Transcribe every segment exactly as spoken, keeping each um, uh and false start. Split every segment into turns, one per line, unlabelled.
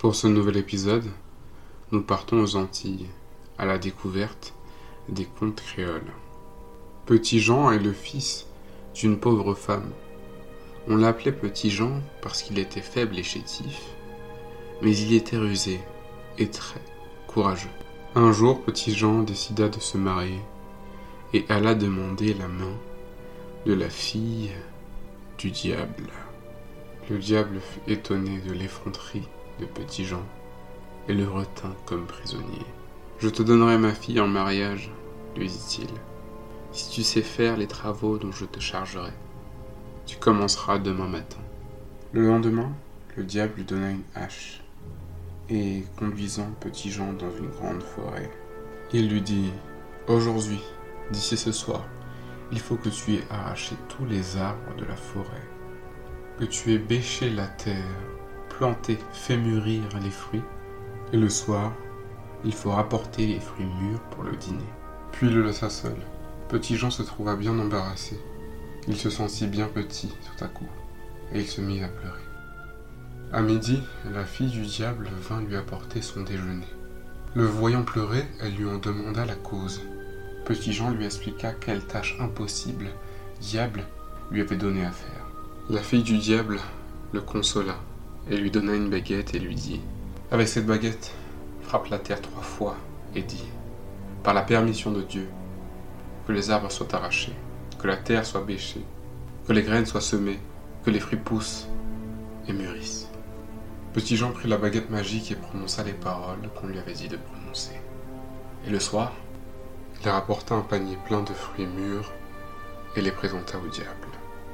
Pour ce nouvel épisode, nous partons aux Antilles, à la découverte des contes créoles. Petit Jean est le fils d'une pauvre femme. On l'appelait Petit Jean parce qu'il était faible et chétif, mais il était rusé et très courageux. Un jour, Petit Jean décida de se marier et alla demander la main de la fille du diable. Le diable fut étonné de l'effronterie de Petit Jean et le retint comme prisonnier. « Je te donnerai ma fille en mariage, lui dit-il, si tu sais faire les travaux dont je te chargerai. Tu commenceras demain matin. » Le lendemain, le diable lui donna une hache et, conduisant Petit Jean dans une grande forêt, il lui dit « Aujourd'hui, d'ici ce soir, il faut que tu aies arraché tous les arbres de la forêt, que tu aies bêché la terre, planté, fait mûrir les fruits, et le soir, il faut rapporter les fruits mûrs pour le dîner. » Puis il le laissa seul. Petit Jean se trouva bien embarrassé. Il se sentit bien petit tout à coup, et il se mit à pleurer. À midi, la fille du diable vint lui apporter son déjeuner. Le voyant pleurer, elle lui en demanda la cause. Petit Jean lui expliqua quelle tâche impossible diable lui avait donné à faire. La fille du diable le consola et lui donna une baguette et lui dit « Avec cette baguette, frappe la terre trois fois et dis, par la permission de Dieu, que les arbres soient arrachés, que la terre soit bêchée, que les graines soient semées, que les fruits poussent et mûrissent. » Petit Jean prit la baguette magique et prononça les paroles qu'on lui avait dit de prononcer. Et le soir, il rapporta un panier plein de fruits mûrs et les présenta au diable.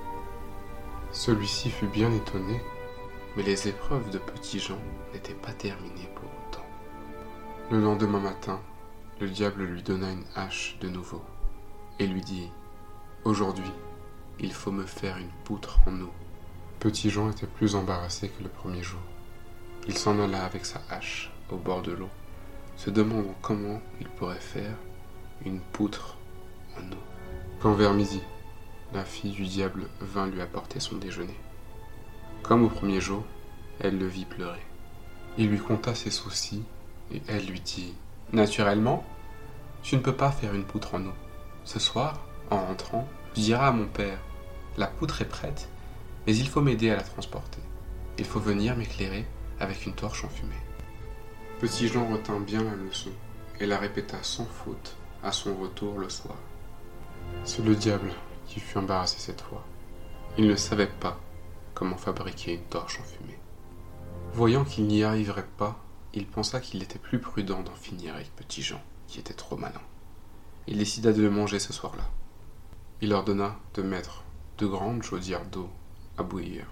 Celui-ci fut bien étonné, mais les épreuves de Petit Jean n'étaient pas terminées pour autant. Le lendemain matin, le diable lui donna une hache de nouveau et lui dit « Aujourd'hui, il faut me faire une poutre en eau. » Petit Jean était plus embarrassé que le premier jour. Il s'en alla avec sa hache au bord de l'eau, se demandant comment il pourrait faire une poutre en eau. Quand vers midi, la fille du diable vint lui apporter son déjeuner. Comme au premier jour, elle le vit pleurer. Il lui conta ses soucis et elle lui dit « Naturellement, tu ne peux pas faire une poutre en eau. Ce soir, en rentrant, tu diras à mon père « La poutre est prête, mais il faut m'aider à la transporter. Il faut venir m'éclairer avec une torche enfumée. » Petit Jean retint bien la leçon et la répéta sans faute à son retour le soir. C'est le diable qui fut embarrassé cette fois. Il ne savait pas comment fabriquer une torche enfumée. Voyant qu'il n'y arriverait pas, il pensa qu'il était plus prudent d'en finir avec Petit Jean, qui était trop malin. Il décida de le manger ce soir-là. Il ordonna de mettre de grandes chaudières d'eau à bouillir.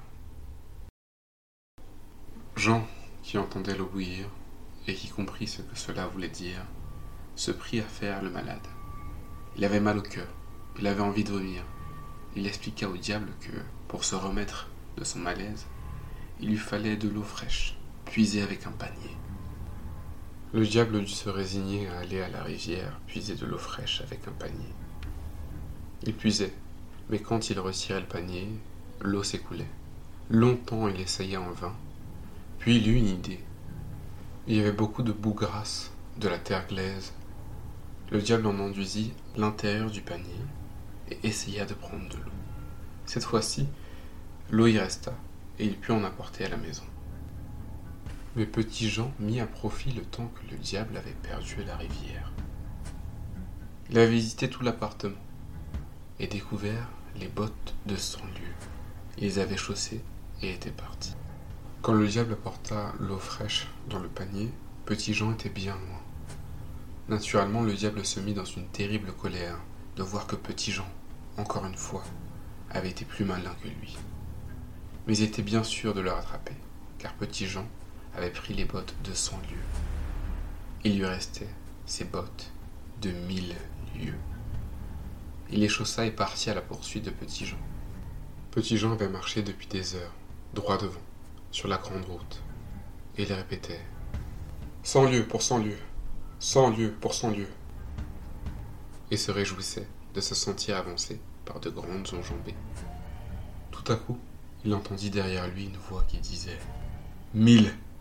Jean, qui entendait l'eau bouillir et qui comprit ce que cela voulait dire, se prit à faire le malade. Il avait mal au cœur, il avait envie de vomir. Il expliqua au diable que, pour se remettre de son malaise, il lui fallait de l'eau fraîche, puisée avec un panier. Le diable dut se résigner à aller à la rivière puiser de l'eau fraîche avec un panier. Il puisait, mais quand il retirait le panier, l'eau s'écoulait. Longtemps il essaya en vain, puis il eut une idée. Il y avait beaucoup de boue grasse, de la terre glaise. Le diable en enduisit l'intérieur du panier et essaya de prendre de l'eau. Cette fois-ci, l'eau y resta et il put en apporter à la maison. Mais Petit Jean mit à profit le temps que le diable avait perdu à la rivière. Il avait visité tout l'appartement et découvert les bottes de cent lieues. Il les avait chaussées et était parti. Quand le diable apporta l'eau fraîche dans le panier, Petit Jean était bien loin. Naturellement, le diable se mit dans une terrible colère de voir que Petit Jean, encore une fois, avait été plus malin que lui. Mais il était bien sûr de le rattraper, car Petit Jean avait pris les bottes de cent lieues. Il lui restait ses bottes de mille lieues. Il les chaussa et partit à la poursuite de Petit Jean. Petit Jean avait marché depuis des heures, droit devant, sur la grande route, et il répétait « Cent lieues pour cent lieues, cent lieues pour cent lieues » et se réjouissait de se sentir avancer par de grandes enjambées. Tout à coup, il entendit derrière lui une voix qui disait « Mille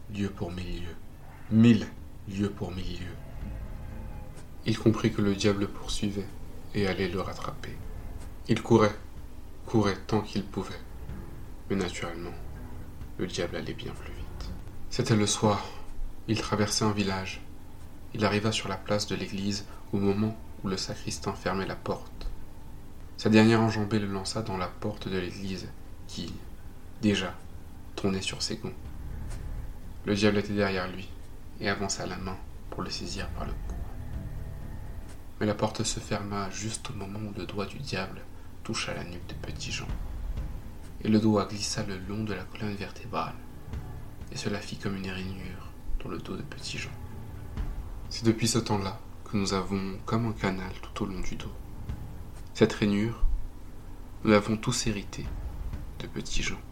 lieues pour mille lieues, mille lieues pour mille lieues. Il comprit que le diable le poursuivait et allait le rattraper. Il courait, courait tant qu'il pouvait, mais naturellement, le diable allait bien plus vite. C'était le soir, il traversait un village. Il arriva sur la place de l'église au moment où le sacristain fermait la porte. Sa dernière enjambée le lança dans la porte de l'église, qui, déjà, tournait sur ses gonds. Le diable était derrière lui et avança la main pour le saisir par le cou. Mais la porte se ferma juste au moment où le doigt du diable toucha la nuque de Petit Jean. Et le doigt glissa le long de la colonne vertébrale, et cela fit comme une rainure dans le dos de Petit Jean. C'est depuis ce temps-là que nous avons comme un canal tout au long du dos. Cette rainure, nous l'avons tous hérité de Petit Jean.